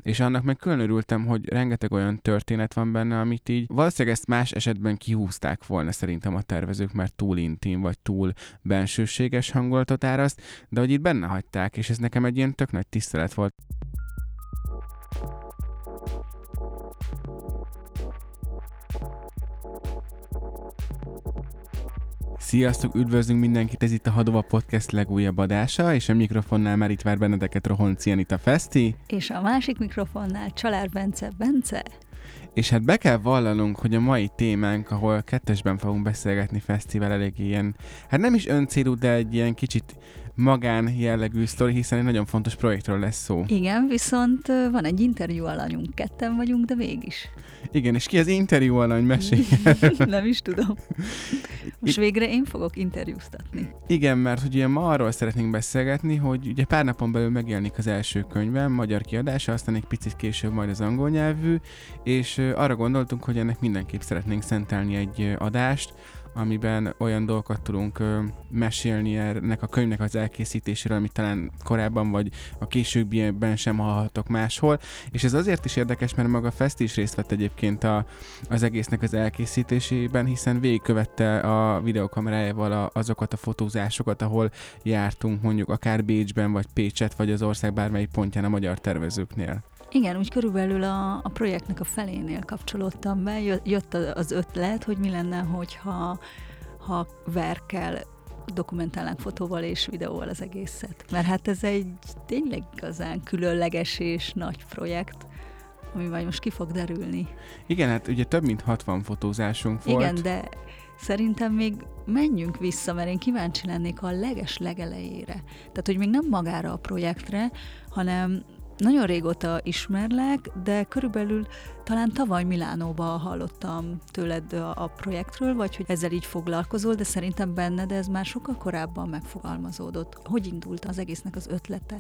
és annak meg külön örültem, hogy rengeteg olyan történet van benne, amit így valószínűleg ezt más esetben kihúzták volna szerintem a tervezők, mert túl intim, vagy túl bensőséges hangulatot áraszt, de hogy itt benne hagyták, és ez nekem egy ilyen tök nagy tisztelet volt. Sziasztok, üdvözlünk mindenkit, ez itt a Hadova Podcast legújabb adása, és a mikrofonnál már itt vár benneteket Rohonci Anita Feszti. És a másik mikrofonnál Csalár Bence. És hát be kell vallanunk, hogy a mai témánk, ahol kettesben fogunk beszélgetni Fesztivel, elég ilyen, hát nem is öncélú, de egy ilyen kicsit magán jellegű sztori, hiszen egy nagyon fontos projektről lesz szó. Igen, viszont van egy interjú alanyunk, ketten vagyunk, de mégis. Igen, és ki az interjú alany? Mesélj. Nem is tudom. Most végre én fogok interjúztatni. Igen, mert ugye ma arról szeretnénk beszélgetni, hogy ugye pár napon belül megjelenik az első könyvem, magyar kiadása, aztán egy picit később majd az angol nyelvű, és arra gondoltunk, hogy ennek mindenképp szeretnénk szentelni egy adást, amiben olyan dolgokat tudunk mesélni ennek a könyvnek az elkészítéséről, amit talán korábban vagy a későbbiekben sem hallhatok máshol. És ez azért is érdekes, mert maga Feszti is részt vett egyébként az egésznek az elkészítésében, hiszen végigkövette a videokamerájával azokat a fotózásokat, ahol jártunk mondjuk akár Bécsben, vagy Pécset, vagy az ország bármelyik pontján a magyar tervezőknél. Igen, úgy körülbelül a projektnek a felénél kapcsolódtam be, jött az ötlet, hogy mi lenne, hogyha verkkel dokumentálnánk fotóval és videóval az egészet. Mert hát ez egy tényleg igazán különleges és nagy projekt, ami majd most ki fog derülni. Igen, hát ugye több mint 60 fotózásunk volt. Igen, de szerintem még menjünk vissza, mert én kíváncsi lennék a legelejére. Tehát, hogy még nem magára a projektre, hanem nagyon régóta ismerlek, de körülbelül talán tavaly Milánóban hallottam tőled a projektről, vagy hogy ezzel így foglalkozol, de szerintem benned ez már sokkal korábban megfogalmazódott. Hogy indult az egésznek az ötlete?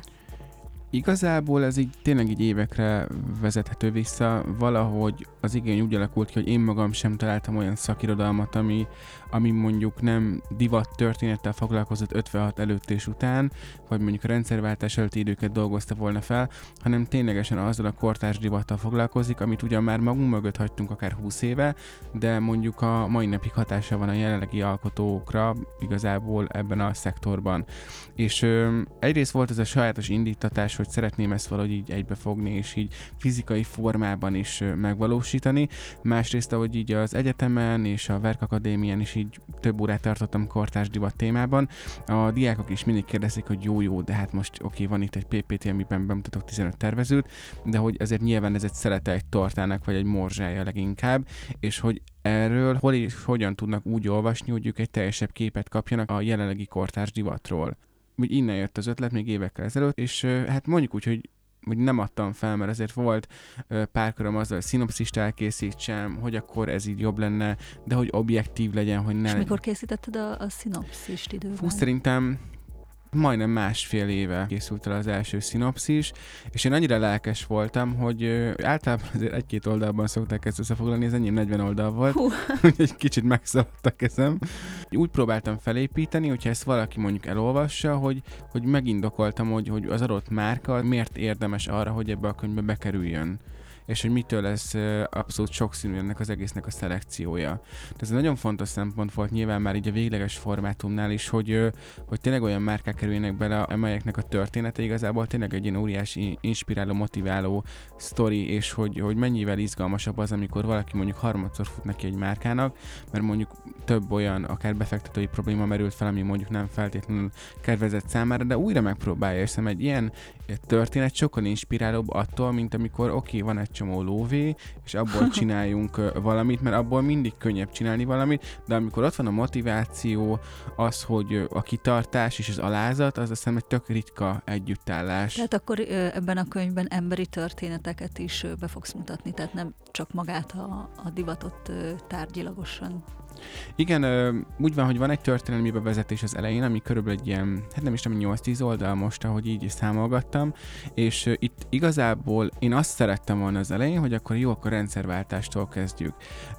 Igazából ez így tényleg így évekre vezethető vissza. Valahogy az igény úgy alakult ki, hogy én magam sem találtam olyan szakirodalmat, ami mondjuk nem divat történettel foglalkozott 56 előtt és után, vagy mondjuk a rendszerváltás előtti időket dolgozta volna fel, hanem ténylegesen azzal a kortárs divattal foglalkozik, amit ugyan már magunk mögött hagytunk akár 20 éve, de mondjuk a mai napig hatása van a jelenlegi alkotókra igazából ebben a szektorban. És egyrészt volt ez a sajátos indítatás, hogy szeretném ezt valahogy így egybefogni, és így fizikai formában is megvalósítani. Másrészt, ahogy így az egyetemen és a Verkakadémián is így több órát tartottam kortárs divat témában, a diákok is mindig kérdezik, hogy jó, de hát most oké, van itt egy PPT, amiben bemutatok 15 tervezőt, de hogy azért nyilván ez egy szelete egy tortának, vagy egy morzsája leginkább, és hogy erről hol és hogyan tudnak úgy olvasni, hogy ők egy teljesebb képet kapjanak a jelenlegi kortárs divatról. Úgy innen jött az ötlet még évekkel ezelőtt, és hát mondjuk úgy, hogy nem adtam fel, mert azért volt pár köröm azzal, hogy szinopszist elkészítsem, hogy akkor ez így jobb lenne, de hogy objektív legyen, hogy ne... És mikor készítetted a szinopszist időben? Fú, szerintem majdnem másfél éve készült el az első szinopszis, és én annyira lelkes voltam, hogy általában azért egy-két oldalban szokták ezt összefoglalni, ez enyém 40 oldal volt, egy kicsit megszaladt a kezem. Úgy próbáltam felépíteni, hogyha ezt valaki mondjuk elolvassa, hogy megindokoltam, hogy az adott márka miért érdemes arra, hogy ebbe a könyvbe bekerüljön, és hogy mitől lesz abszolút sokszínű ennek az egésznek a szelekciója. Ez egy nagyon fontos szempont volt nyilván már így a végleges formátumnál is, hogy tényleg olyan márkák kerüljenek bele, amelyeknek a története igazából tényleg egy ilyen óriási, inspiráló, motiváló sztori, és hogy mennyivel izgalmasabb az, amikor valaki mondjuk harmadszor fut neki egy márkának, mert mondjuk több olyan akár befektetői probléma merült fel, ami mondjuk nem feltétlenül kedvezett számára, de újra megpróbálja, és szerintem egy ilyen történet sokkal inspirálóbb attól, mint amikor oké, van egy csomó lóvé, és abból csináljunk valamit, mert abból mindig könnyebb csinálni valamit, de amikor ott van a motiváció, az, hogy a kitartás és az alázat, az azt hiszem egy tök ritka együttállás. Tehát akkor ebben a könyvben emberi történeteket is be fogsz mutatni, tehát nem csak magát a divatot tárgyilagosan. Igen, úgy van, hogy van egy történelmi bevezetés az elején, ami körülbelül egy ilyen, hát nem is tudom, 8-10 oldal most, ahogy így számolgattam, és itt igazából én azt szerettem volna az elején, hogy akkor jó, akkor rendszerváltástól kezdjük.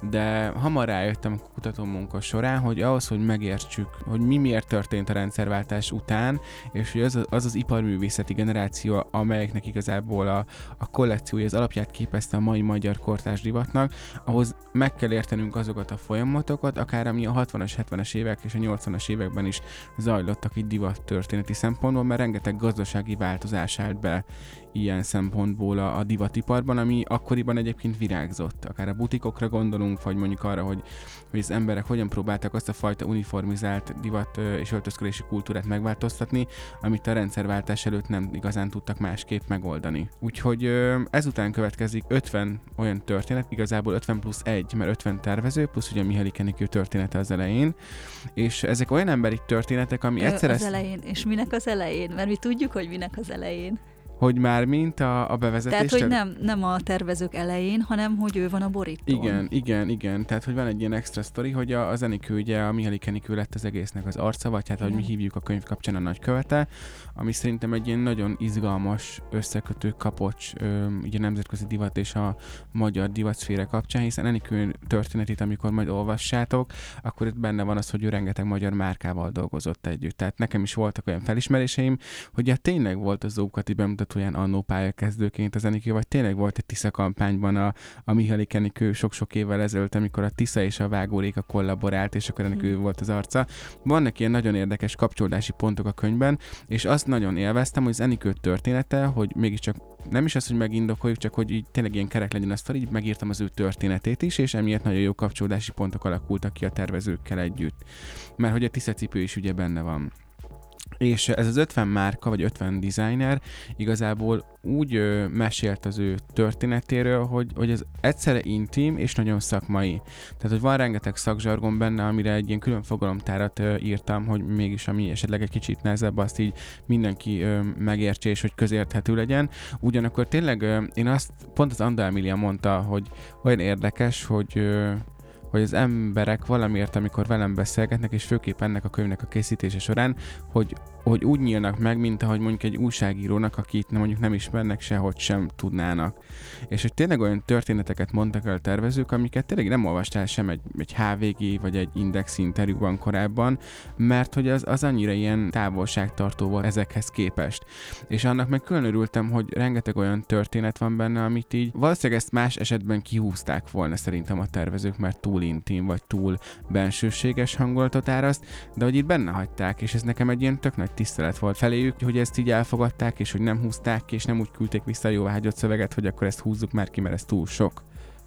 De hamar rájöttem a kutatómunka során, hogy ahhoz, hogy megértsük, hogy mi miért történt a rendszerváltás után, és hogy az iparművészeti generáció, amelyeknek igazából a kollekciója az alapját képezte a mai magyar kortárs divatnak, ahhoz meg kell értenünk azokat a folyamatokat, akár ami a 60-as, 70-es évek és a 80-as években is zajlottak így divat történeti szempontból, mert rengeteg gazdasági változás állt be ilyen szempontból a divatiparban, ami akkoriban egyébként virágzott. Akár a butikokra gondolunk, vagy mondjuk arra, hogy az emberek hogyan próbáltak azt a fajta uniformizált divat és öltözködési kultúrát megváltoztatni, amit a rendszerváltás előtt nem igazán tudtak másképp megoldani. Úgyhogy ezután következik 50 olyan történet, igazából 50 plusz 1, mert 50 tervező, plusz ugye Mihály Kenikő története az elején, és ezek olyan emberi történetek, ami egyszerre... Az elején, és minek az elején? Mert mi tudjuk, hogy minek az elején. Hogy már mint a bevezetés... Tehát, hogy nem a tervezők elején, hanem hogy ő van a borítón. Igen. Tehát, hogy van egy ilyen extra sztori, hogy a Enikő, ugye a Mihály Kenikő lett az egésznek az arca, vagy hát, ahogy mi hívjuk a könyv kapcsán, a nagykövete, ami szerintem egy ilyen nagyon izgalmas összekötő kapocs ugye a nemzetközi divat és a magyar divatszféra kapcsán, hiszen Enikő történetét, amikor majd olvassátok, akkor itt benne van az, hogy ő rengeteg magyar márkával dolgozott együtt. Tehát nekem is voltak olyan felismeréseim, hogy tényleg volt az Ókati bemutatóján annó pályakezdőként az Enikő, vagy tényleg volt egy Tisza kampányban a Mihály Kenikő sok-sok évvel ezelőtt, amikor a Tisza és a Vágó Réka kollaborált, és akkor ennek ő volt az arca. Vannak ilyen nagyon érdekes kapcsolódási pontok a könyvben, és azt nagyon élveztem, hogy az Enikő története, hogy mégiscsak nem is az, hogy megindokoljuk, csak hogy így tényleg ilyen kerek legyen a sztori, így megírtam az ő történetét is, és emiatt nagyon jó kapcsolódási pontok alakultak ki a tervezőkkel együtt. Mert hogy a Tisza cipő is ugye benne van. És ez az 50 márka, vagy 50 designer igazából úgy mesélt az ő történetéről, hogy ez egyszerre intim és nagyon szakmai. Tehát, hogy van rengeteg szakzsargon benne, amire egy ilyen külön fogalomtárat írtam, hogy mégis ami esetleg egy kicsit nehezebb, azt így mindenki megértse, és hogy közérthető legyen. Ugyanakkor tényleg én azt, pont az Anda Emilia mondta, hogy olyan érdekes, hogy az emberek valamiért, amikor velem beszélgetnek, és főképp ennek a könyvnek a készítése során, hogy úgy nyílnak meg, mint ahogy mondjuk egy újságírónak, akit mondjuk nem ismernek, sehogy sem tudnának. És hogy tényleg olyan történeteket mondtak el a tervezők, amiket tényleg nem olvastál sem egy HVG vagy egy Index interjúban korábban, mert hogy az annyira ilyen távolságtartó volt ezekhez képest. És annak meg külön örültem, hogy rengeteg olyan történet van benne, amit így valószínűleg ezt más esetben kihúzták volna szerintem a tervezők, mert túl intim, vagy túl bensőséges hangulatot áraszt, de hogy itt benne hagyták, és ez nekem egy ilyen tök nagy tisztelet volt feléjük, hogy ezt így elfogadták, és hogy nem húzták ki, és nem úgy küldték vissza a jóváhagyott szöveget, hogy akkor ezt húzzuk már ki, mert ez túl sok.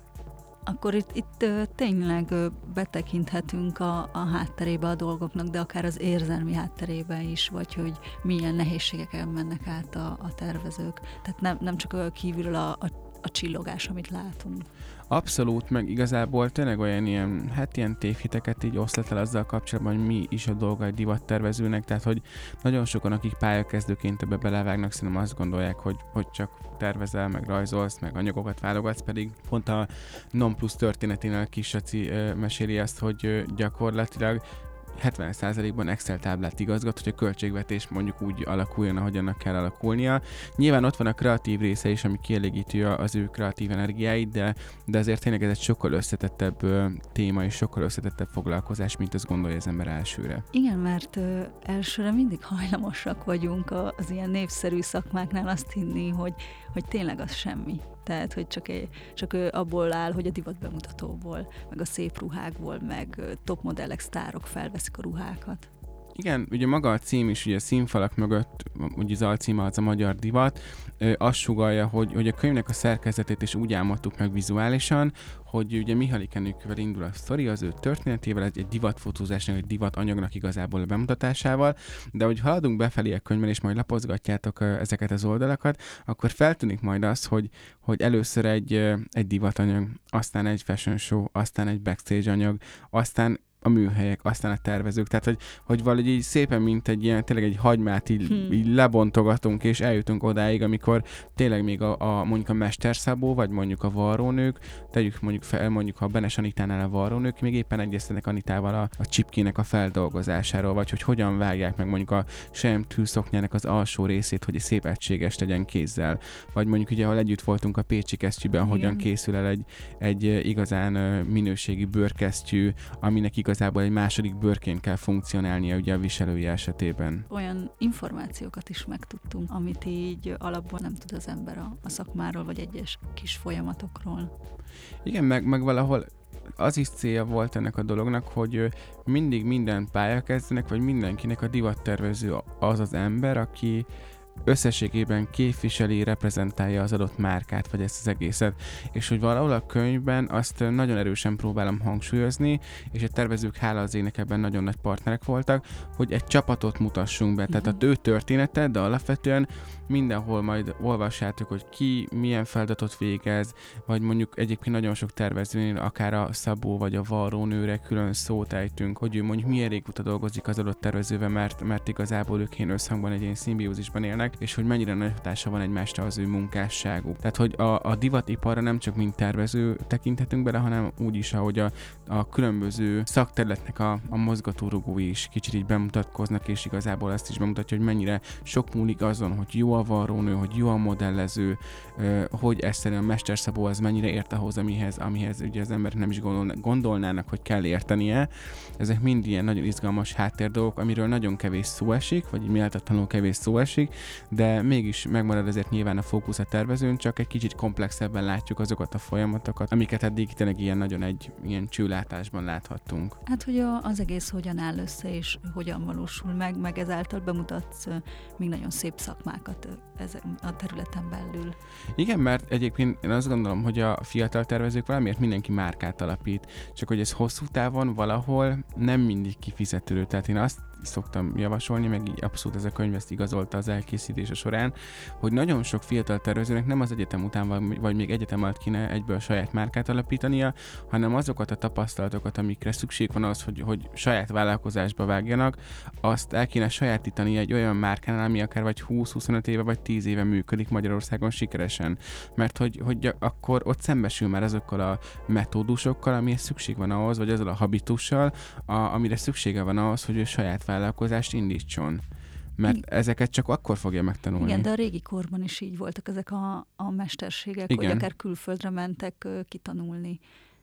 Akkor itt tényleg betekinthetünk a hátterébe a dolgoknak, de akár az érzelmi hátterébe is, vagy hogy milyen nehézségeken mennek át a tervezők. Tehát nem csak kívülről a csillogás, amit látunk. Abszolút, meg igazából tényleg ilyen tévhiteket így oszlat el azzal kapcsolatban, hogy mi is a dolga egy divattervezőnek, tehát hogy nagyon sokan, akik pályakezdőként ebbe belevágnak, szerintem azt gondolják, hogy csak tervezel, meg rajzolsz, meg anyagokat válogatsz, pedig pont a Non Plus történeténél Kisaci meséli azt, hogy gyakorlatilag 70%-ban Excel táblát igazgat, hogy a költségvetés mondjuk úgy alakuljon, ahogy annak kell alakulnia. Nyilván ott van a kreatív része is, ami kielégíti az ő kreatív energiáit, de azért tényleg ez egy sokkal összetettebb téma és sokkal összetettebb foglalkozás, mint azt gondolja az ember elsőre. Igen, mert elsőre mindig hajlamosak vagyunk az ilyen népszerű szakmáknál azt hinni, hogy tényleg az semmi. Tehát, hogy csak abból áll, hogy a divatbemutatóból, meg a szép ruhákból, meg topmodellek, sztárok felveszik a ruhákat. Igen, ugye maga a cím is, ugye a színfalak mögött, ugye az alcíme az a magyar divat, azt sugallja, hogy a könyvnek a szerkezetét is úgy álmodtuk meg vizuálisan, hogy ugye Mihály Kenikővel indul a sztori, az ő történetével, egy divatfotózásnak, egy divatanyagnak igazából a bemutatásával, de hogy haladunk befelé a könyvben, és majd lapozgatjátok ezeket az oldalakat, akkor feltűnik majd az, hogy először egy divatanyag, aztán egy fashion show, aztán egy backstage anyag, aztán a műhelyek, aztán a tervezők, tehát hogy valahogy így szépen, mint egy ilyen, tényleg egy hagymát így lebontogatunk, és eljutunk odáig, amikor tényleg még mondjuk a mesterszabó, vagy mondjuk a varrónők, tegyük mondjuk fel, mondjuk ha a Benes Anitánál a varrónők, még éppen egyeztenek Anitával a csipkének a feldolgozásáról, vagy hogy hogyan vágják meg mondjuk a selyemtűszoknyának az alsó részét, hogy szép egységes legyen kézzel. Vagy mondjuk ugye, ahol együtt voltunk a Pécsi kesztyűben, hogyan készül el egy igazán minőségi bőrkesztyű, aminek igazából egy második bőrként kell funkcionálnia ugye a viselője esetében. Olyan információkat is megtudtunk, amit így alapból nem tud az ember a szakmáról, vagy egyes kis folyamatokról. Igen, meg valahol az is célja volt ennek a dolognak, hogy mindig minden pályakezdőnek, vagy mindenkinek a divattervező az ember, aki összességében képviseli, reprezentálja az adott márkát, vagy ezt az egészet. És hogy valahol a könyvben azt nagyon erősen próbálom hangsúlyozni, és a tervezők, hála az ének, ebben nagyon nagy partnerek voltak, hogy egy csapatot mutassunk be. Tehát a ő története, de alapvetően mindenhol majd olvassátok, hogy ki milyen feladatot végez, vagy mondjuk egyébként nagyon sok tervezőnél, akár a szabó vagy a varrónőre külön szót ejtünk, hogy ő mondjuk milyen régóta dolgozik az adott tervezővel, mert igazából ők ilyen összhangban egy ilyen szimbiózisban élnek, és hogy mennyire nagy hatása van egymásra az ő munkásságuk. Tehát, hogy a divatiparra nem csak mint tervező tekinthetünk bele, hanem úgy is, ahogy a különböző szakterületnek a mozgatórugói is kicsit így bemutatkoznak, és igazából azt is bemutatja, hogy mennyire sok múlik azon, hogy jó a varrónő, hogy jó a modellező, hogy egyszerűen a mesterszabó az mennyire ért ahhoz, amihez ugye az emberek nem is gondolnának, hogy kell értenie. Ezek mind ilyen nagyon izgalmas háttérdolgok, amiről nagyon kevés szó esik, vagy méltatlanul kevés szó esik, de mégis megmarad azért nyilván a fókusz a tervezőn, csak egy kicsit komplexebben látjuk azokat a folyamatokat, amiket eddig tényleg ilyen nagyon egy ilyen csőlátásban láthattunk. Hát, hogy az egész hogyan áll össze, és hogyan valósul meg ezáltal bemutatsz még nagyon szép szakmákat a területen belül. Igen, mert egyébként én azt gondolom, hogy a fiatal tervezők valamiért mindenki márkát alapít, csak hogy ez hosszú távon valahol nem mindig kifizetődő. Tehát én azt szoktam javasolni, meg így abszolút ez a könyv ezt igazolta az elkészítése során, hogy nagyon sok fiatal tervezőnek nem az egyetem után, vagy még egyetem alatt kéne egyből a saját márkát alapítania, hanem azokat a tapasztalatokat, amikre szükség van az, hogy saját vállalkozásba vágjanak, azt el kéne sajátítani egy olyan márkánál, ami akár vagy 20-25 éve, vagy 10 éve működik Magyarországon sikeresen. Mert hogy akkor ott szembesül már azokkal a metódusokkal, amihez szükség van ahhoz, vagy azzal a habitussal, amire szüksége van ahhoz, hogy ő saját vállalkozást indítson. Mert ezeket csak akkor fogja megtanulni. Igen, de a régi korban is így voltak ezek a mesterségek, igen, hogy akár külföldre mentek kitanulni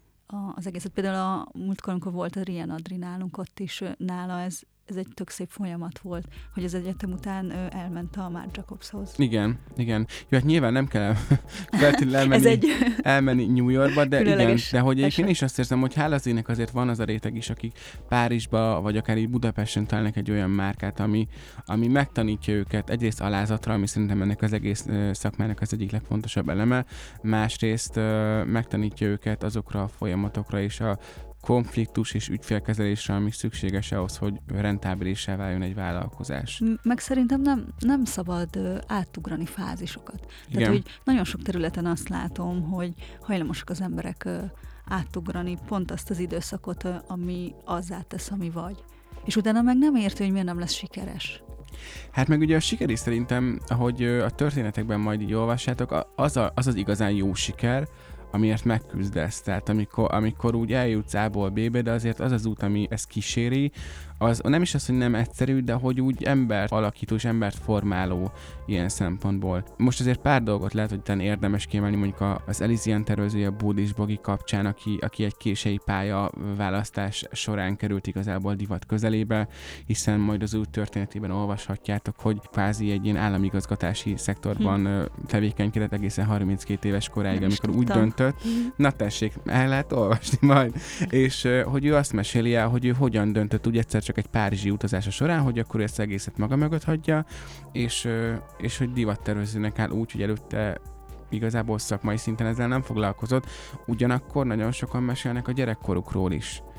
az egészet. Például a múltkor, amikor volt a Rien Adri nálunk, ott is nála ez egy tök szép folyamat volt, hogy az egyetem után elment a Marc Jacobshoz. Igen. Jó, hát nyilván nem kell feltétlenül elmenni New Yorkba, de igen, de hogy én is azt érzem, hogy hála az ének azért van az a réteg is, akik Párizsba, vagy akár így Budapesten találnak egy olyan márkát, ami megtanítja őket egyrészt alázatra, ami szerintem ennek az egész szakmának az egyik legfontosabb eleme, másrészt megtanítja őket azokra a folyamatokra és a konfliktus és ügyfélkezelésre, ami szükséges ahhoz, hogy rentábilissá váljon egy vállalkozás. Meg szerintem nem szabad átugrani fázisokat. Igen. Tehát, hogy nagyon sok területen azt látom, hogy hajlamosak az emberek átugrani pont azt az időszakot, ami azzá tesz, ami vagy. És utána meg nem érti, hogy miért nem lesz sikeres. Hát meg ugye a siker is szerintem, ahogy a történetekben majd így olvassátok, az igazán jó siker, amiért megküzdesz. Tehát amikor úgy eljutsz A-ból B-be, de azért az az út, ami ezt kíséri, az nem is az, hogy nem egyszerű, de hogy úgy embert alakító és embert formáló ilyen szempontból. Most azért pár dolgot lehet, hogy talán érdemes kiemelni, mondjuk az Elysian tervezője Bódis Bogi kapcsán, aki egy késői pálya választás során került igazából divat közelébe, hiszen majd az ő történetében olvashatjátok, hogy kvázi egy ilyen államigazgatási szektorban tevékenykedett egészen 32 éves koráig, amikor úgy döntött. Na tessék, el lehet olvasni majd. És hogy ő azt meséli el, hogy ő hogyan döntött úgy egyszer csak egy párizsi utazása során, hogy akkor ezt egészet maga mögött hagyja, és hogy divattervezőnek áll úgy, hogy előtte igazából szakmai szinten ezzel nem foglalkozott, ugyanakkor nagyon sokan mesélnek a gyerekkorukról is.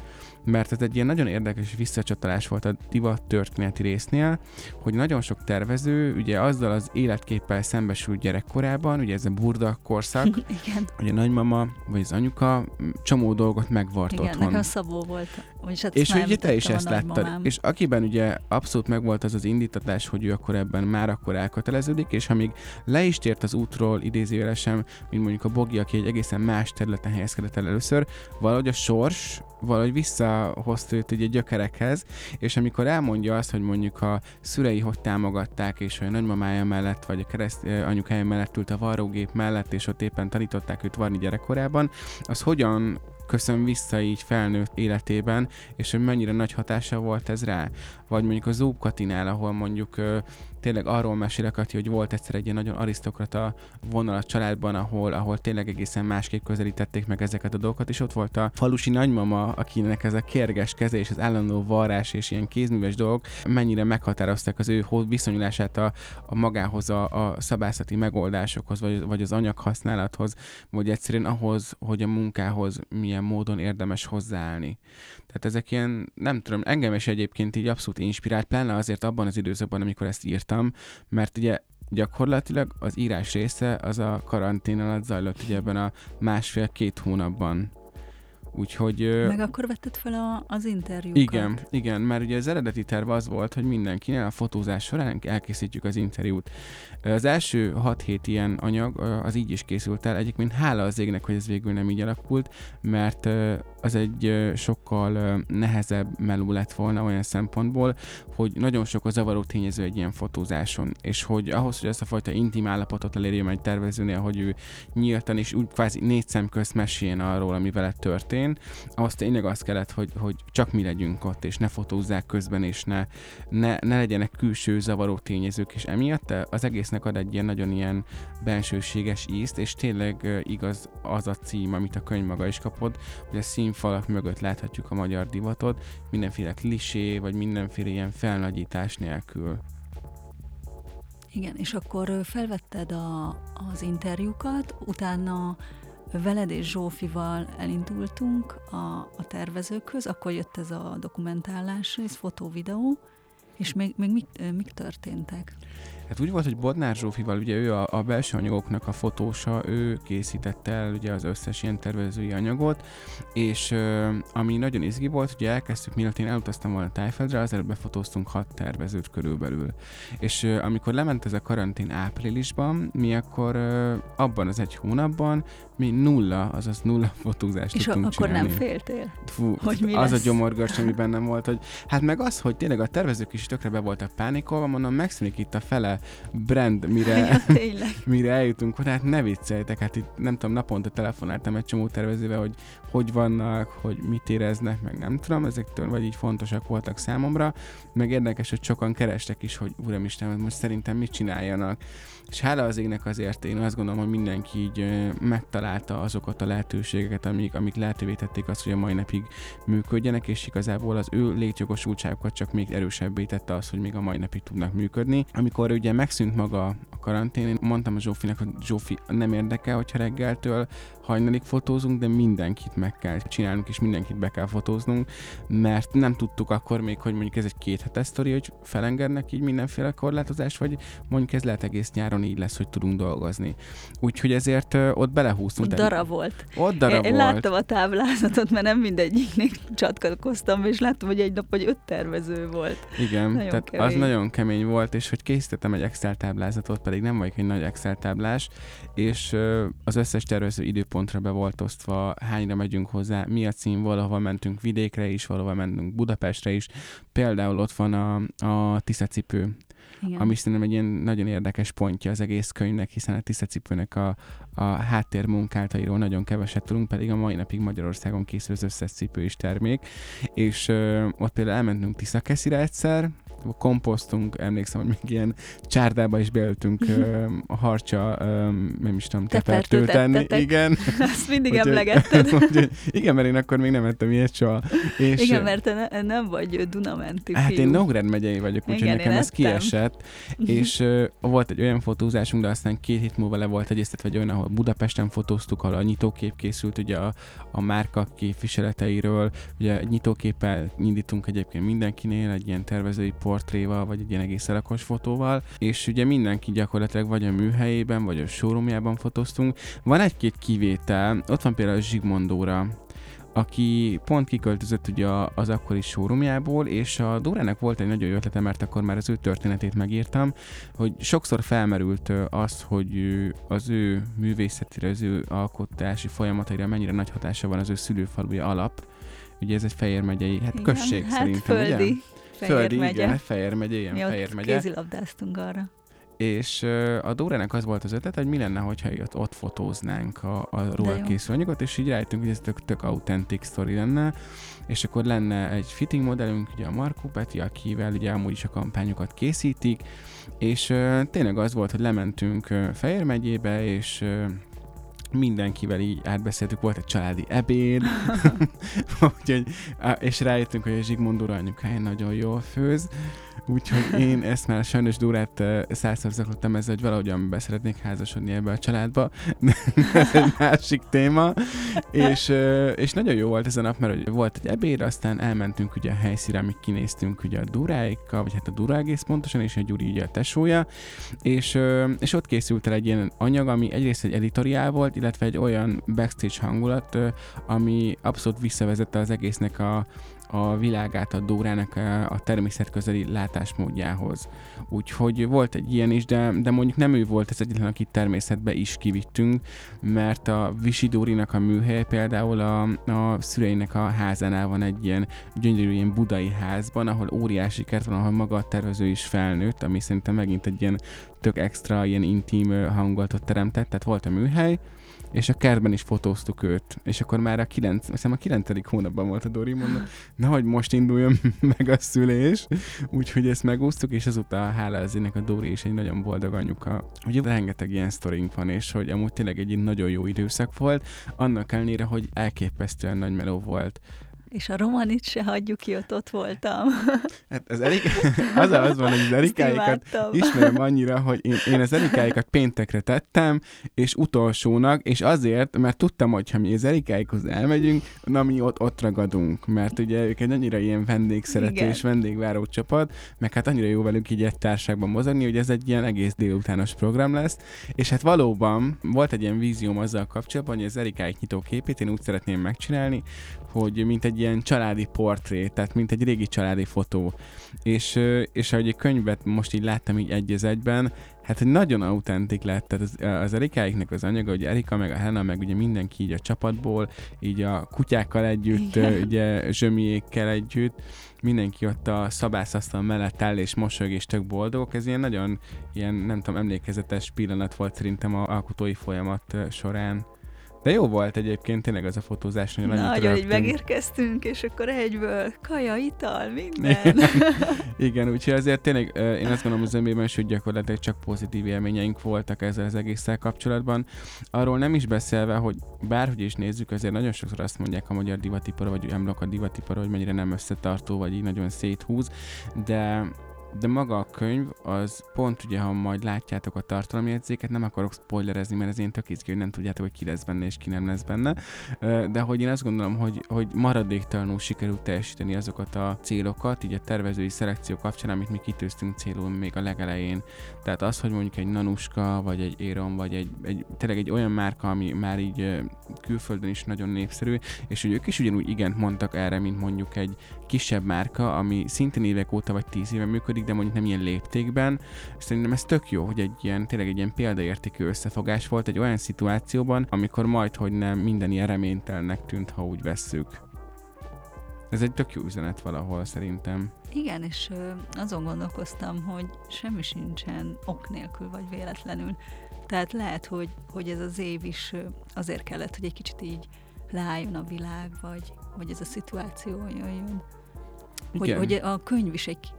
mert ez egy ilyen nagyon érdekes visszacsatolás volt a divat történeti résznél, hogy nagyon sok tervező ugye azzal az életképpel szembesült gyerekkorában, ugye ez a burda korszak, Igen. hogy a nagymama vagy az anyuka csomó dolgot megvart Igen, otthon. nekem Szabó volt. Hát És ugye te is ezt láttad. És akiben ugye abszolút megvolt az indítatás, hogy ő akkor ebben már akkor elköteleződik, és amíg le is tért az útról idézőjelesen, mint mondjuk a Bogi, aki egy egészen más területen helyezkedett el először, valahogy a sors valahogy visszahozta őt ugye gyökerekhez, és amikor elmondja azt, hogy mondjuk a szülei hogy támogatták, és hogy a nagymamája mellett, vagy a kereszt anyukája mellett ült a varrógép mellett, és ott éppen tanították őt varni gyerekkorában, az hogyan köszön vissza így felnőtt életében, és hogy mennyire nagy hatása volt ez rá. Vagy mondjuk a Zób Katinál, ahol mondjuk tényleg arról mesélek, hogy volt egyszer egy ilyen nagyon arisztokrata vonal a családban, ahol tényleg egészen másképp közelítették meg ezeket a dolgokat, és ott volt a falusi nagymama, akinek ez a kérges keze és az állandó varrás és ilyen kézműves dolgok mennyire meghatározták az ő viszonyulását a magához, a szabászati megoldásokhoz, vagy az anyaghasználathoz, vagy egyszerűen ahhoz, hogy a munkához milyen módon érdemes hozzáállni. Tehát ezek ilyen, nem tudom, engem is egyébként így abszolút inspirált, pláne azért abban az időszakban, amikor ezt írtam, mert ugye gyakorlatilag az írás része az a karantén alatt zajlott ugye ebben a 1,5-2 hónapban. Úgyhogy... Meg akkor vetted fel az interjúkat. Igen, mert ugye az eredeti terv az volt, hogy mindenkinél a fotózás során elkészítjük az interjút. Az első 6-7 ilyen anyag az így is készült el. Egyébként hála az égnek, hogy ez végül nem így alakult, mert az egy sokkal nehezebb meló lett volna olyan szempontból, hogy nagyon sok a zavaró tényező egy ilyen fotózáson, és hogy ahhoz, hogy ezt a fajta intim állapotot elérjem egy tervezőnél, hogy ő nyíltan és úgy kvázi 4 szem közt meséljen arról, ami vele történt, ahhoz tényleg az kellett, hogy csak mi legyünk ott, és ne fotózzák közben, és ne legyenek külső zavaró tényezők, és emiatt az egésznek ad egy ilyen nagyon ilyen bensőséges ízt, és tényleg igaz az a cím, amit a könyv maga is kapott, hogy a színfalak mögött láthatjuk a magyar divatot, mindenféle klisé, vagy mindenféle ilyen felnagyítás nélkül. Igen, és akkor felvetted az interjúkat, utána veled és Zsófival elindultunk a tervezőkhöz, akkor jött ez a dokumentálás rész, fotó, videó, és még mik történtek? Hát úgy volt, hogy Bodnár Zsófival, ugye ő a belső anyagoknak a fotósa, ő készítette el ugye az összes ilyen tervezői anyagot, és ami nagyon izgi volt, ugye elkezdtük, mielőtt én elutaztam volna Tájföldre, azelőtt befotóztunk 6 tervezőt körülbelül. És amikor lement ez a karantén áprilisban, mi akkor abban az 1 hónapban mi nulla fotózást tudtunk csinálni. És akkor nem féltél? Fú, hogy mi az lesz? A gyomorgörcs, ami bennem volt, hogy hát meg az, hogy tényleg a tervezők is tökre be voltak pánikolva, mondom, megszűnik itt a fele brand, mire eljutunk, hogy hát ne vicceljtek, hát itt nem tudom, naponta telefonáltam egy csomó tervezővel, hogy vannak, hogy mit éreznek, meg nem tudom, ezektől vagy így fontosak voltak számomra, meg érdekes, hogy sokan kerestek is, hogy uramisten, most szerintem mit csináljanak. És hála az égnek azért én azt gondolom, hogy mindenki így megtalálta azokat a lehetőségeket, amik lehetővé tették azt, hogy a mai napig működjenek, és igazából az ő létjogosultságokat csak még erősebbé tette az, hogy még a mai napig tudnak működni. Amikor ugye megszűnt maga a karantén, én mondtam a Zsófinak, hogy Zsófi, nem érdekel, hogyha reggeltől hajnalig fotózunk, de mindenkit meg kell csinálnunk, és mindenkit be kell fotóznunk, mert nem tudtuk akkor még, hogy mondjuk ez egy 2 hetes sztori, hogy felengednek így mindenféle korlátozást, vagy mondjuk ez lehet egész nyáron így lesz, hogy tudunk dolgozni. Úgyhogy ezért ott belehúztunk. Ott darab volt. Én láttam a táblázatot, mert nem mindegyiknél csatlakoztam, és láttam, hogy egy nap vagy 5 tervező volt. Igen, nagyon tehát kemény. Az nagyon kemény volt, és hogy készítettem egy Excel táblázatot, pedig nem vagyok egy nagy Excel táblás, és az összes tervező időpontra be volt osztva, hányra megyünk hozzá, mi a cím, valahova mentünk vidékre is, valahova mentünk Budapestre is. Például ott van a Tisza-cipő, ami szerintem egy ilyen nagyon érdekes pontja az egész könyvnek, hiszen a Tisza-cipőnek a háttérmunkáltairól nagyon keveset tudunk, pedig a mai napig Magyarországon készül az összes cipő is termék, és ott például elmentünk Tiszakeszire egyszer, kompoztunk, emlékszem, hogy még ilyen csárdába is beöltünk a harcsa, nem is tudom, tepertőt tenni. Igen. Ezt mindig emlegetted. Igen, mert én akkor még nem ettem ilyet soha. És igen, mert te nem vagy Dunamenti fiú. Hát én Nógrád megyei vagyok, úgyhogy nekem ez kiesett. És volt egy olyan fotózásunk, de aztán 2 hét múlva le volt egyeztetve egy olyan, ahol Budapesten fotóztuk, ahol a nyitókép készült ugye a márka képviseleteiről. Ugye egy nyitóképpel indítunk egyébként mindenkinél, egy ilyen tervezői portréval, vagy egy ilyen egész alakos fotóval, és ugye mindenki gyakorlatilag vagy a műhelyében, vagy a showroomjában fotóztunk. Van egy-két kivétel, ott van például Zsigmond Dóra, aki pont kiköltözött ugye az akkori showroomjából, és a Dórának volt egy nagyon jó ötlete, mert akkor már az ő történetét megírtam, hogy sokszor felmerült az, hogy az ő művészetére, az ő alkotási folyamataira mennyire nagy hatása van az ő szülőfaluja Alap. Ugye ez egy Fejér megyei, hát község hát szerintem, földi. ugye? Földi, igen, Fejér megye, ilyen mi Fejér ott megye. kézilabdáztunk arra. És a Dórának az volt az ötlet, hogy mi lenne, hogyha ott fotóznánk a róla készülő anyagot, és így rájöttünk, hogy ez tök authentic sztori lenne, és akkor lenne egy fitting modellünk, ugye a Markó Peti, akivel ugye amúgy is a kampányokat készítik, és tényleg az volt, hogy lementünk Fejér megyébe, és mindenkivel így átbeszéltük, volt egy családi ebéd, úgyhogy, és rájöttünk, hogy a Zsigmond Dóra anyukája nagyon jól főz, úgyhogy én ezt már sajnos Dórát 100-szor zaklottam ezzel, hogy valahogyan beszeretnék házasodni ebbe a családba, ez egy másik téma, és nagyon jó volt ez a nap, mert volt egy ebéd, aztán elmentünk ugye a helyszínre, amíg kinéztünk ugye a Dóráikkal, vagy hát a Dóra egész pontosan, és a Gyuri ugye a tesója, és ott készült el egy ilyen anyag, ami egyrészt egy editoriál volt, illetve egy olyan backstage hangulat, ami abszolút visszavezette az egésznek a világát a Dórának a természetközeli látásmódjához. Úgyhogy volt egy ilyen is, de mondjuk nem ő volt az egyetlen, akit természetbe is kivittünk, mert a Visi Dórinak a műhelye például a szüleinek a házánál van egy ilyen gyönyörű ilyen budai házban, ahol óriási kert van, ahol maga a tervező is felnőtt, ami szerintem megint egy ilyen tök extra, ilyen intim hangulatot teremtett, tehát volt a műhely, és a kertben is fotóztuk őt, és akkor már a 9. hónapban volt a Dori, mondom, nehogy most induljon meg a szülés, úgyhogy ezt megúsztuk, és azóta hála az ének a Dori is egy nagyon boldog anyuka. Ugye rengeteg ilyen sztorink van, és hogy amúgy tényleg egy nagyon jó időszak volt, annak ellenére, hogy elképesztően nagy meló volt. És a Romanit se hagyjuk ki, ott voltam. Hát az van, hogy az Erikáikat ismerem annyira, hogy én az Erikáikat péntekre tettem, és utolsónak, és azért, mert tudtam, hogy ha mi az Erikáikhoz elmegyünk, na mi ott ragadunk, mert ugye ők egy annyira ilyen vendégszerető és vendégváró csapat, meg hát annyira jó velük így egy társaságban mozogni, hogy ez egy ilyen egész délutános program lesz, és hát valóban volt egy ilyen vízióm azzal kapcsolatban, hogy az Erikáik nyitóképét én úgy szeretném megcsinálni, hogy mint egy ilyen családi portré, tehát mint egy régi családi fotó. És ahogy egy könyvet most így láttam így egy az egyben, hát nagyon autentik lett, tehát az Erikáiknek az anyaga, hogy Erika meg a Helena, meg ugye mindenki így a csapatból, így a kutyákkal együtt, ugye zsömiékkel együtt, mindenki ott a szabászasztal mellett áll és mosolyog és tök boldogok. Ez ilyen nagyon, ilyen nem tudom, emlékezetes pillanat volt szerintem az alkotói folyamat során. De jó volt egyébként tényleg az a fotózás, nagyon így megérkeztünk, és akkor egyből kaja, ital, minden. Igen, úgyhogy azért tényleg én azt gondolom, hogy zömében is, hogy gyakorlatilag csak pozitív élményeink voltak ezzel az egésszel kapcsolatban. Arról nem is beszélve, hogy bárhogy is nézzük, azért nagyon sokszor azt mondják a magyar divatipar, vagy emlak a divatipar, hogy mennyire nem összetartó, vagy így nagyon széthúz, de maga a könyv, az pont ugye, ha majd látjátok a tartalomjegyzéket, nem akarok spoilerezni, mert ez én tök izgi, hogy nem tudjátok, hogy ki lesz benne és ki nem lesz benne, de hogy én azt gondolom, hogy maradéktalanul sikerült teljesíteni azokat a célokat, így a tervezői szelekció kapcsán, amit mi kitűztünk célul még a legelején. Tehát az, hogy mondjuk egy Nanuska, vagy egy Aeron, vagy tényleg egy olyan márka, ami már így külföldön is nagyon népszerű, és hogy ők is ugyanúgy igent mondtak erre, mint mondjuk egy kisebb márka, ami szintén évek óta vagy 10 éve működik, de mondjuk nem ilyen léptékben. Szerintem ez tök jó, hogy tényleg egy ilyen példaértékű összefogás volt egy olyan szituációban, amikor majdhogy nem minden ilyen reménytelennek tűnt, ha úgy vesszük. Ez egy tök jó üzenet valahol szerintem. Igen, és azon gondolkoztam, hogy semmi sincsen ok nélkül vagy véletlenül. Tehát lehet, hogy ez az év is azért kellett, hogy egy kicsit így leálljon a világ, vagy ez a szituáció jöjjön. Hogy a könyv is egy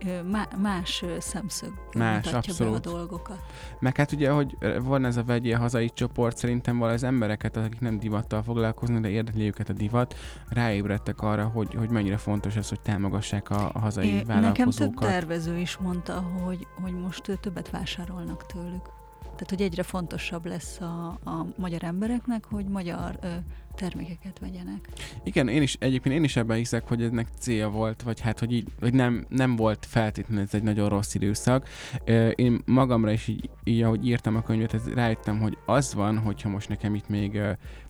más szemszög mutatja be a dolgokat. Meg hát ugye, hogy van ez a vegyél hazai csoport, szerintem valahogy az embereket, akik nem divattal foglalkoznak, de érdekli őket a divat, ráébredtek arra, hogy mennyire fontos az, hogy támogassák a hazai vállalkozókat. Nekem több tervező is mondta, hogy most többet vásárolnak tőlük. Tehát, hogy egyre fontosabb lesz a magyar embereknek, hogy magyar termékeket vegyenek. Igen, én is ebben hiszek, hogy ennek célja volt, vagy hát, hogy nem volt feltétlenül ez egy nagyon rossz időszak. Én magamra is így ahogy írtam a könyvet, rájöttem, hogy az van, hogyha most nekem itt még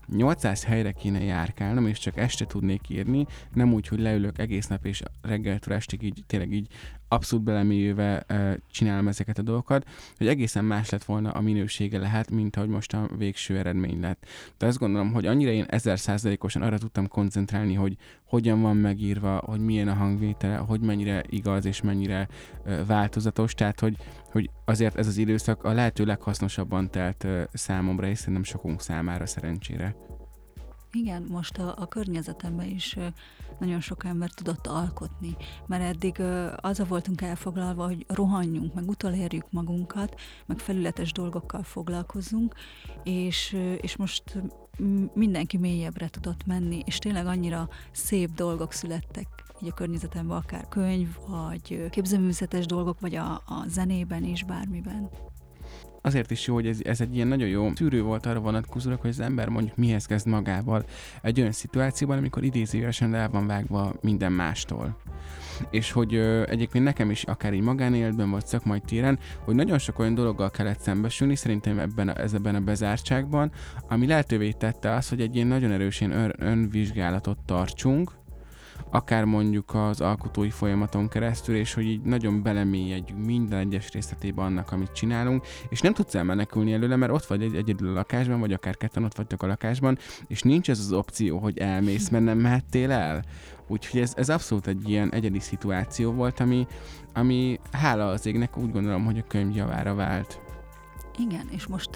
800 helyre kéne járkálnom, és csak este tudnék írni, nem úgy, hogy leülök egész nap, és reggeltől estig így tényleg így abszolút belemélyülve csinálom ezeket a dolgokat, hogy egészen más lett volna a minősége lehet, mint ahogy most a végső eredmény lett. De azt gondolom, hogy annyira én 1000%-osan arra tudtam koncentrálni, hogy hogyan van megírva, hogy milyen a hangvétele, hogy mennyire igaz és mennyire változatos, tehát hogy azért ez az időszak a lehető leghasznosabban telt számomra, és szerintem sokunk számára szerencsére. Igen, most a környezetemben is nagyon sok ember tudott alkotni, mert eddig azzal voltunk elfoglalva, hogy rohanjunk, meg utolérjük magunkat, meg felületes dolgokkal foglalkozzunk, és most mindenki mélyebbre tudott menni, és tényleg annyira szép dolgok születtek így a környezetemben, akár könyv, vagy képzőművészetes dolgok, vagy a zenében is, bármiben. Azért is jó, hogy ez egy ilyen nagyon jó tűrő volt arra vonatkozólag, hogy az ember mondjuk mihez kezd magával egy olyan szituációban, amikor idézőjelesen le van vágva minden mástól. És hogy egyébként nekem is akár így magánéletben vagy szakmai téren, hogy nagyon sok olyan dologgal kellett szembesülni, szerintem ebben a bezártságban, ami lehetővé tette azt, hogy egy ilyen nagyon erős önvizsgálatot tartsunk, akár mondjuk az alkotói folyamaton keresztül, és hogy így nagyon belemélyedjünk minden egyes részletébe annak, amit csinálunk, és nem tudsz elmenekülni előle, mert ott vagy egyedül a lakásban, vagy akár ketten ott vagytok a lakásban, és nincs ez az opció, hogy elmész, mert nem mehettél el. Úgyhogy ez abszolút egy ilyen egyedi szituáció volt, ami hála az égnek úgy gondolom, hogy a könyv javára vált. Igen, és most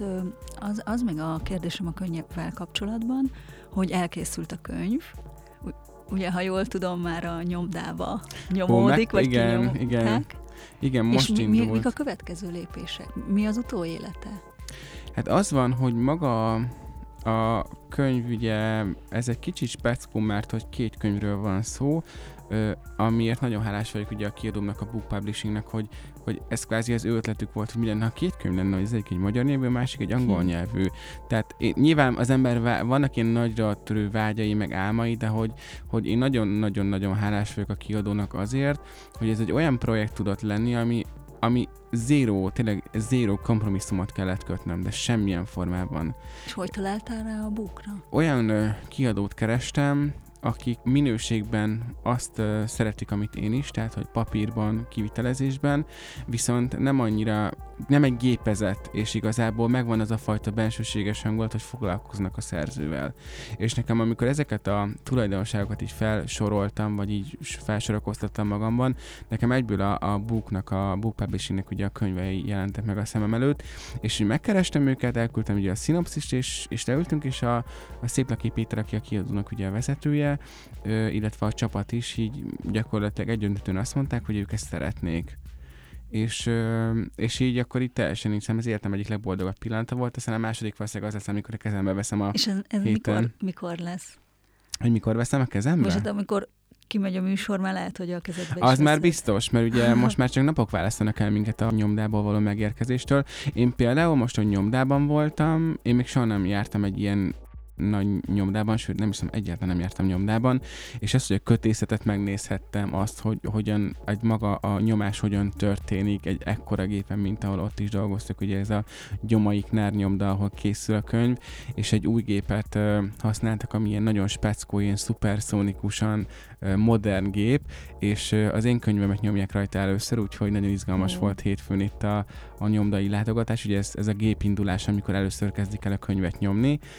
az még a kérdésem a könyvvel kapcsolatban, hogy elkészült a könyv, ugye, ha jól tudom, már a nyomdába nyomódik, vagy kinyomták. Igen, most és indult. Mik a következő lépések? Mi az utóélete? Hát az van, hogy maga a könyv, ugye, ez egy kicsit speckó, mert hogy 2 könyvről van szó, amiért nagyon hálás vagyok ugye a kiadómnak, a Book Publishingnek, hogy ez kvázi az ő ötletük volt, hogy mi lenne, ha 2 könyv lenne, hogy az egyik egy magyar nyelvű, a másik egy angol nyelvű. Tehát nyilván az ember vannak ilyen nagyra törő vágyai, meg álmai, de hogy én nagyon-nagyon-nagyon hálás vagyok a kiadónak azért, hogy ez egy olyan projekt tudott lenni, ami tényleg zéró kompromisszumot kellett kötnöm, de semmilyen formában. És hogy találtál rá a bookra? Olyan kiadót kerestem, akik minőségben azt szeretik, amit én is, tehát, hogy papírban, kivitelezésben, viszont nem egy gépezet, és igazából megvan az a fajta bensőséges hangulat, hogy foglalkoznak a szerzővel. És nekem, amikor ezeket a tulajdonságokat így felsoroltam, vagy így felsorakoztattam magamban, nekem egyből a Book Publishingnek ugye a könyvei jelentek meg a szemem előtt, és így megkerestem őket, elküldtem ugye a szinopszist, és leültünk, és a Széplaki Péter, aki a kiadónak ugye a vezetője, illetve a csapat is így gyakorlatilag egyöntetően azt mondták, hogy ők ezt szeretnék. És így akkor itt teljesen így ez életem egyik legboldogabb pillanata volt, aztán a második valószínűleg az lesz, amikor a kezembe veszem a és ez héten. Mikor lesz? Hogy mikor veszem a kezembe? Most amikor kimegy a műsor, már lehet, hogy a kezedbe is az már biztos, mert ugye most már csak napok választanak el minket a nyomdából való megérkezéstől. Én például most, hogy nyomdában voltam, én még soha nem jártam egy ilyen nagy nyomdában, sőt nem hiszem, egyáltalán nem jártam nyomdában, és ezt, hogy a kötészetet megnézhettem, azt, hogy hogyan egy maga a nyomás hogyan történik egy ekkora gépen, mint ahol ott is dolgoztak, ugye ez a Gyomai Knár nyomda, ahol készül a könyv, és egy új gépet használtak, ami ilyen nagyon speckó, ilyen szuperszónikusan modern gép, és az én könyvemet nyomják rajta először, úgyhogy nagyon izgalmas volt hétfőn itt a nyomdai látogatás, ugye ez a gépindulás, amikor először kezdik el a könyvet nyomni,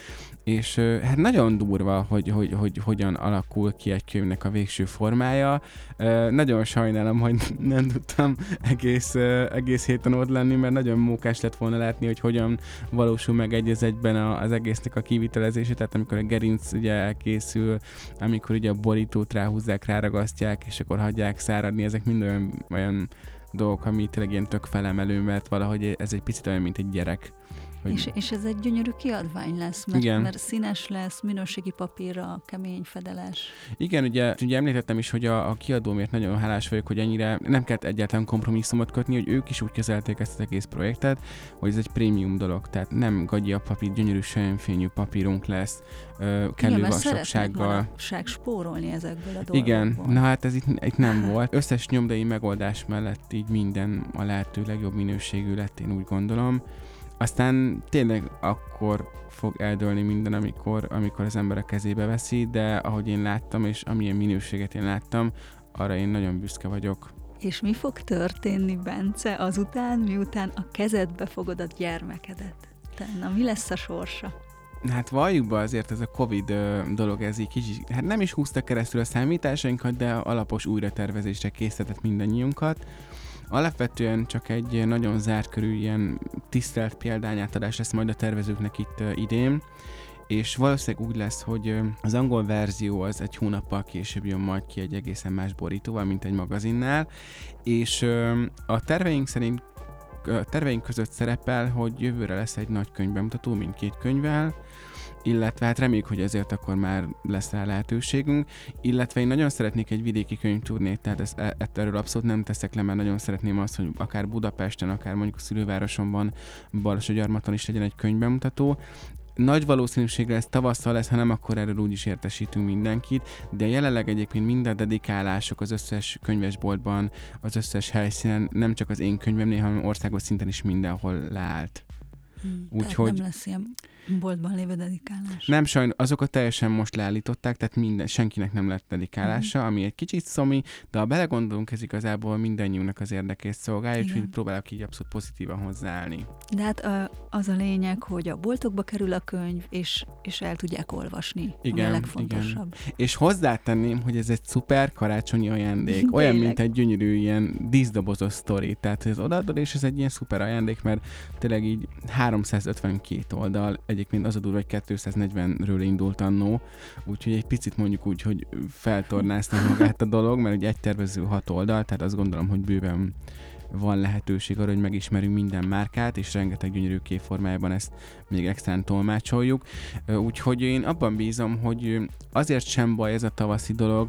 és hát nagyon durva, hogy hogyan alakul ki egy könyvnek a végső formája. Nagyon sajnálom, hogy nem tudtam egész héten ott lenni, mert nagyon mókás lett volna látni, hogy hogyan valósul meg egy egyben az egésznek a kivitelezése, tehát amikor a gerinc ugye elkészül, amikor ugye a borítót ráhúzzák, ráragasztják, és akkor hagyják száradni, ezek mind olyan dolgok, ami tényleg ilyen tök felemelő, mert valahogy ez egy picit olyan, mint egy gyerek. És ez egy gyönyörű kiadvány lesz, mert színes lesz, minőségi papírra, kemény fedeles. Igen, ugye említettem is, hogy a kiadómért nagyon hálás vagyok, hogy ennyire nem kellett egyáltalán kompromisszumot kötni, hogy ők is úgy kezelték ezt az egész projektet, hogy ez egy prémium dolog, tehát nem gagyi papír, gyönyörű selyemfényű papírunk lesz, kellő vastagsággal. Igen, spórolni ezekből a dolgokból. Igen, na hát ez itt nem volt. Összes nyomdai megoldás mellett így minden a lehető legjobb minőségű lett, én úgy gondolom. Aztán tényleg akkor fog eldőlni minden, amikor az ember a kezébe veszi, de ahogy én láttam, és amilyen minőséget én láttam, arra én nagyon büszke vagyok. És mi fog történni, Bence, azután, miután a kezedbe fogod a gyermekedet? Na, mi lesz a sorsa? Hát valljuk be azért ez a Covid dolog, ez így kicsit, hát nem is húzta keresztül a számításainkat, de alapos újratervezésre készített mindannyiunkat. Alapvetően csak egy nagyon zárt körű ilyen tisztelt példányátadás lesz majd a tervezőknek itt idén, és valószínűleg úgy lesz, hogy az angol verzió az egy hónappal később jön majd ki egy egészen más borítóval, mint egy magazinnál, és a terveink között szerepel, hogy jövőre lesz egy nagy könyvbemutató mindkét könyvvel, illetve hát reméljük, hogy ezért akkor már lesz rá lehetőségünk, illetve én nagyon szeretnék egy vidéki könyvturnét, tehát erről abszolút nem teszek le, mert nagyon szeretném azt, hogy akár Budapesten, akár mondjuk a szülővárosomban, Balassagyarmaton is legyen egy könyvbemutató. Nagy valószínűséggel ez tavasszal lesz, ha nem, akkor erről úgyis értesítünk mindenkit, de jelenleg egyébként minden dedikálások az összes könyvesboltban, az összes helyszínen, nem csak az én könyvemnél, hanem országos szinten is mindenhol leállt. Úgyhogy nem lesz ilyen boltban lévő dedikálás. Nem, azokat teljesen most leállították, tehát senkinek nem lett dedikálása, ami egy kicsit szomi, de ha belegondolunk, ez igazából mindannyiunknak az érdekét szolgálja, úgyhogy próbálok így abszolút pozitívan hozzáállni. De hát az a lényeg, hogy a boltokba kerül a könyv, és el tudják olvasni. Igen, a legfontosabb. Igen. És hozzátenném, hogy ez egy szuper karácsonyi ajándék. Olyan, mint egy gyönyörű ilyen díszdobozos sztori. Tehát ez odaadod, és ez egy ilyen szuper ajándék, mert tényleg így 352 oldal, egyébként az a durva, hogy 240-ről indult annó, úgyhogy egy picit mondjuk úgy, hogy feltornáztam magát a dolog, mert ugye egy tervező 6 oldal, tehát azt gondolom, hogy bőven van lehetőség arra, hogy megismerünk minden márkát, és rengeteg gyönyörű képformájában ezt még extrán tolmácsoljuk. Úgyhogy én abban bízom, hogy azért sem baj ez a tavaszi dolog,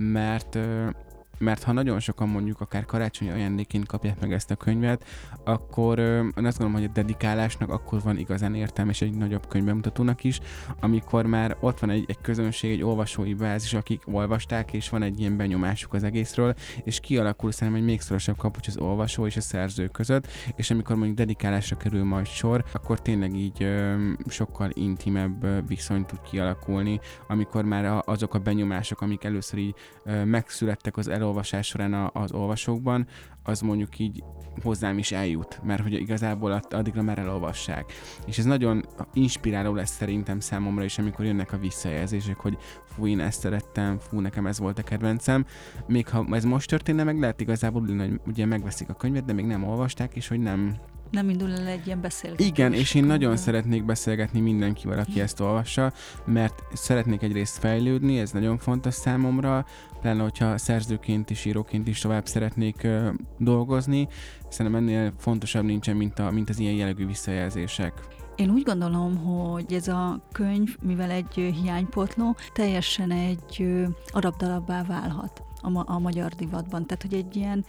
mert ha nagyon sokan mondjuk akár karácsonyi ajándékként kapják meg ezt a könyvet, akkor én azt gondolom, hogy a dedikálásnak akkor van igazán értelme, és egy nagyobb könyvbemutatónak is, amikor már ott van egy közönség, egy olvasói bázis, akik olvasták, és van egy ilyen benyomásuk az egészről, és kialakul szerintem egy még szorosabb kapocs az olvasó és a szerző között, és amikor mondjuk dedikálásra kerül majd sor, akkor tényleg így sokkal intimebb viszony tud kialakulni, amikor már azok a benyomások, amik először így megszülettek az elolvasás során az olvasókban, az mondjuk így hozzám is eljut, mert hogy igazából addigra már elolvassák. És ez nagyon inspiráló lesz szerintem számomra is, amikor jönnek a visszajelzések, hogy fú, én ezt szerettem, fú, nekem ez volt a kedvencem. Még ha ez most történne, meg lehet igazából, hogy ugye megveszik a könyvet, de még nem olvasták, és hogy nem indul el egy ilyen beszélgetés. Igen, és én nagyon szeretnék beszélgetni mindenkivel, aki ezt olvassa, mert szeretnék egyrészt fejlődni, ez nagyon fontos számomra, pláne hogyha szerzőként is, íróként is tovább szeretnék dolgozni. Szerintem ennél fontosabb nincsen, mint az ilyen jellegű visszajelzések. Én úgy gondolom, hogy ez a könyv, mivel egy hiánypótló, teljesen egy arabdarabbá válhat a magyar divatban. Tehát, hogy egy ilyen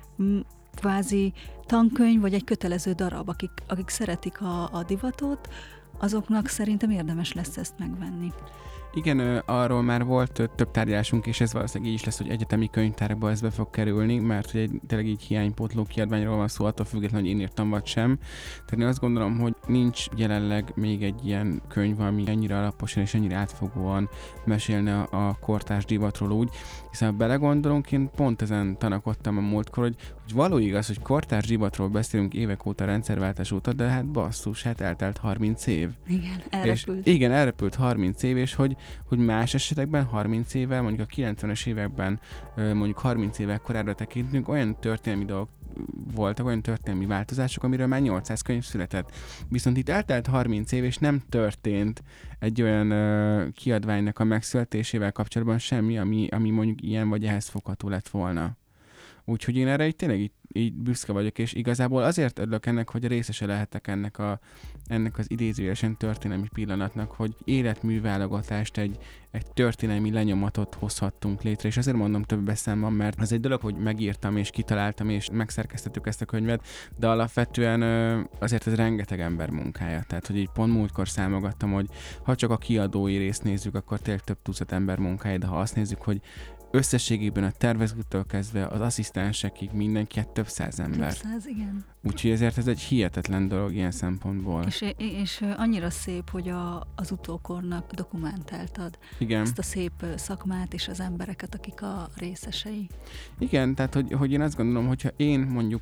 kvázi tankönyv, vagy egy kötelező darab, akik szeretik a divatot, azoknak szerintem érdemes lesz ezt megvenni. Igen, arról már volt több tárgyalásunk, és ez valószínűleg így is lesz, hogy egyetemi könyvtárba ez be fog kerülni, mert hogy tényleg így hiánypótló kiadványról van szó, attól függetlenül, hogy én írtam vagy sem. Tehát én azt gondolom, hogy nincs jelenleg még egy ilyen könyv, ami ennyire alaposan és ennyire átfogóan mesélne a kortárs divatról úgy, hiszen ha belegondolunk, én pont ezen tanakodtam a múltkor, hogy való igaz, hogy kortárs divatról beszélünk évek óta, rendszerváltás óta, de hát basszus, hát eltelt 30 év. Igen, elrepült. Igen, elrepült 30 év, és hogy más esetekben 30 évvel, mondjuk a 90-es években, mondjuk 30 évvel korábban tekintünk, olyan történelmi dolgok voltak, olyan történelmi változások, amiről már 800 könyv született. Viszont itt eltelt 30 év, és nem történt egy olyan kiadványnak a megszületésével kapcsolatban semmi, ami mondjuk ilyen vagy ehhez fogható lett volna. Úgyhogy én erre tényleg így büszke vagyok, és igazából azért örülök ennek, hogy részese lehetek ennek az idézőjelesen történelmi pillanatnak, hogy életműválogatást, egy történelmi lenyomatot hozhattunk létre, és azért mondom több számban, mert az egy dolog, hogy megírtam és kitaláltam, és megszerkesztettük ezt a könyvet, de alapvetően azért ez rengeteg ember munkája. Tehát, hogy így pont múltkor számogattam, hogy ha csak a kiadói részt nézzük, akkor tényleg több tucat ember munkája, de ha azt nézzük, hogy összességében a tervezőtől kezdve az asszisztensekig mindenki, több száz ember. Több száz, igen. Úgyhogy ezért ez egy hihetetlen dolog ilyen szempontból. És annyira szép, hogy az utókornak dokumentáltad ezt a szép szakmát és az embereket, akik a részesei. Igen, tehát hogy én azt gondolom, hogyha én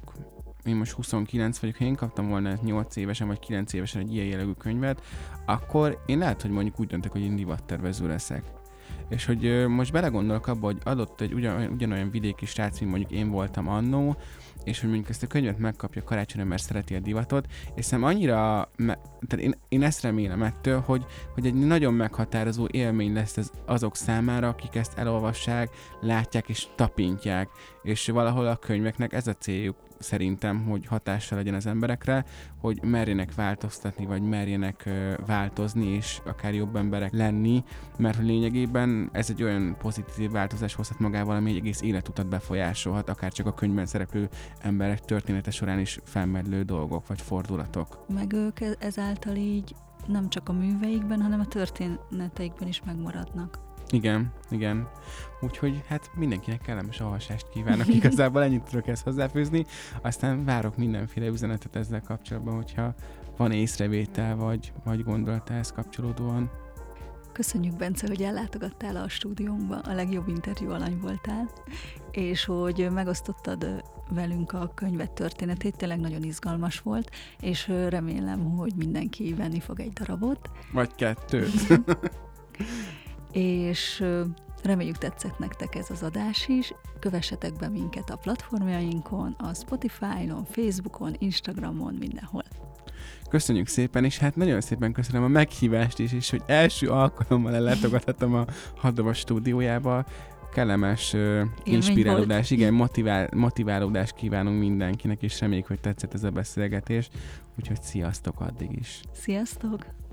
most 29 vagyok, ha én kaptam volna 8 évesen vagy 9 évesen egy ilyen jellegű könyvet, akkor én lehet, hogy mondjuk úgy döntök, hogy én divattervező leszek. És hogy most belegondolok abba, hogy adott egy ugyanolyan vidéki srác, mint mondjuk én voltam annó, és hogy mondjuk ezt a könyvet megkapja karácsonyra, mert szereti a divatot, és szerintem annyira, tehát én ezt remélem ettől, hogy egy nagyon meghatározó élmény lesz ez azok számára, akik ezt elolvassák, látják és tapintják, és valahol a könyveknek ez a céljuk szerintem, hogy hatással legyen az emberekre, hogy merjenek változtatni, vagy merjenek változni, és akár jobb emberek lenni, mert lényegében ez egy olyan pozitív változás hozhat magával, ami egy egész életutat befolyásolhat, akár csak a könyvben szereplő emberek története során is felmerülő dolgok, vagy fordulatok. Meg ők ezáltal így nem csak a műveikben, hanem a történeteikben is megmaradnak. Igen. Úgyhogy hát mindenkinek kellemes olvasást kívánok. Igazából ennyit tudok ezt hozzáfűzni. Aztán várok mindenféle üzenetet ezzel kapcsolatban, hogyha van észrevétel vagy gondolat ehhez kapcsolódóan. Köszönjük, Bence, hogy ellátogattál a stúdiónkba, a legjobb interjú alany voltál, és hogy megosztottad velünk a könyvet történetét, tényleg nagyon izgalmas volt, és remélem, hogy mindenki venni fog egy darabot. Vagy kettőt. És reméljük tetszett nektek ez az adás is. Kövessetek be minket a platformjainkon, a Spotify-on, Facebookon, Instagramon, mindenhol. Köszönjük szépen, és hát nagyon szépen köszönöm a meghívást is, és hogy első alkalommal ellátogathattam a Hadova stúdiójába. Kellemes inspirálódás, igen, motiválódást kívánunk mindenkinek, és reméljük, hogy tetszett ez a beszélgetés. Úgyhogy sziasztok addig is. Sziasztok!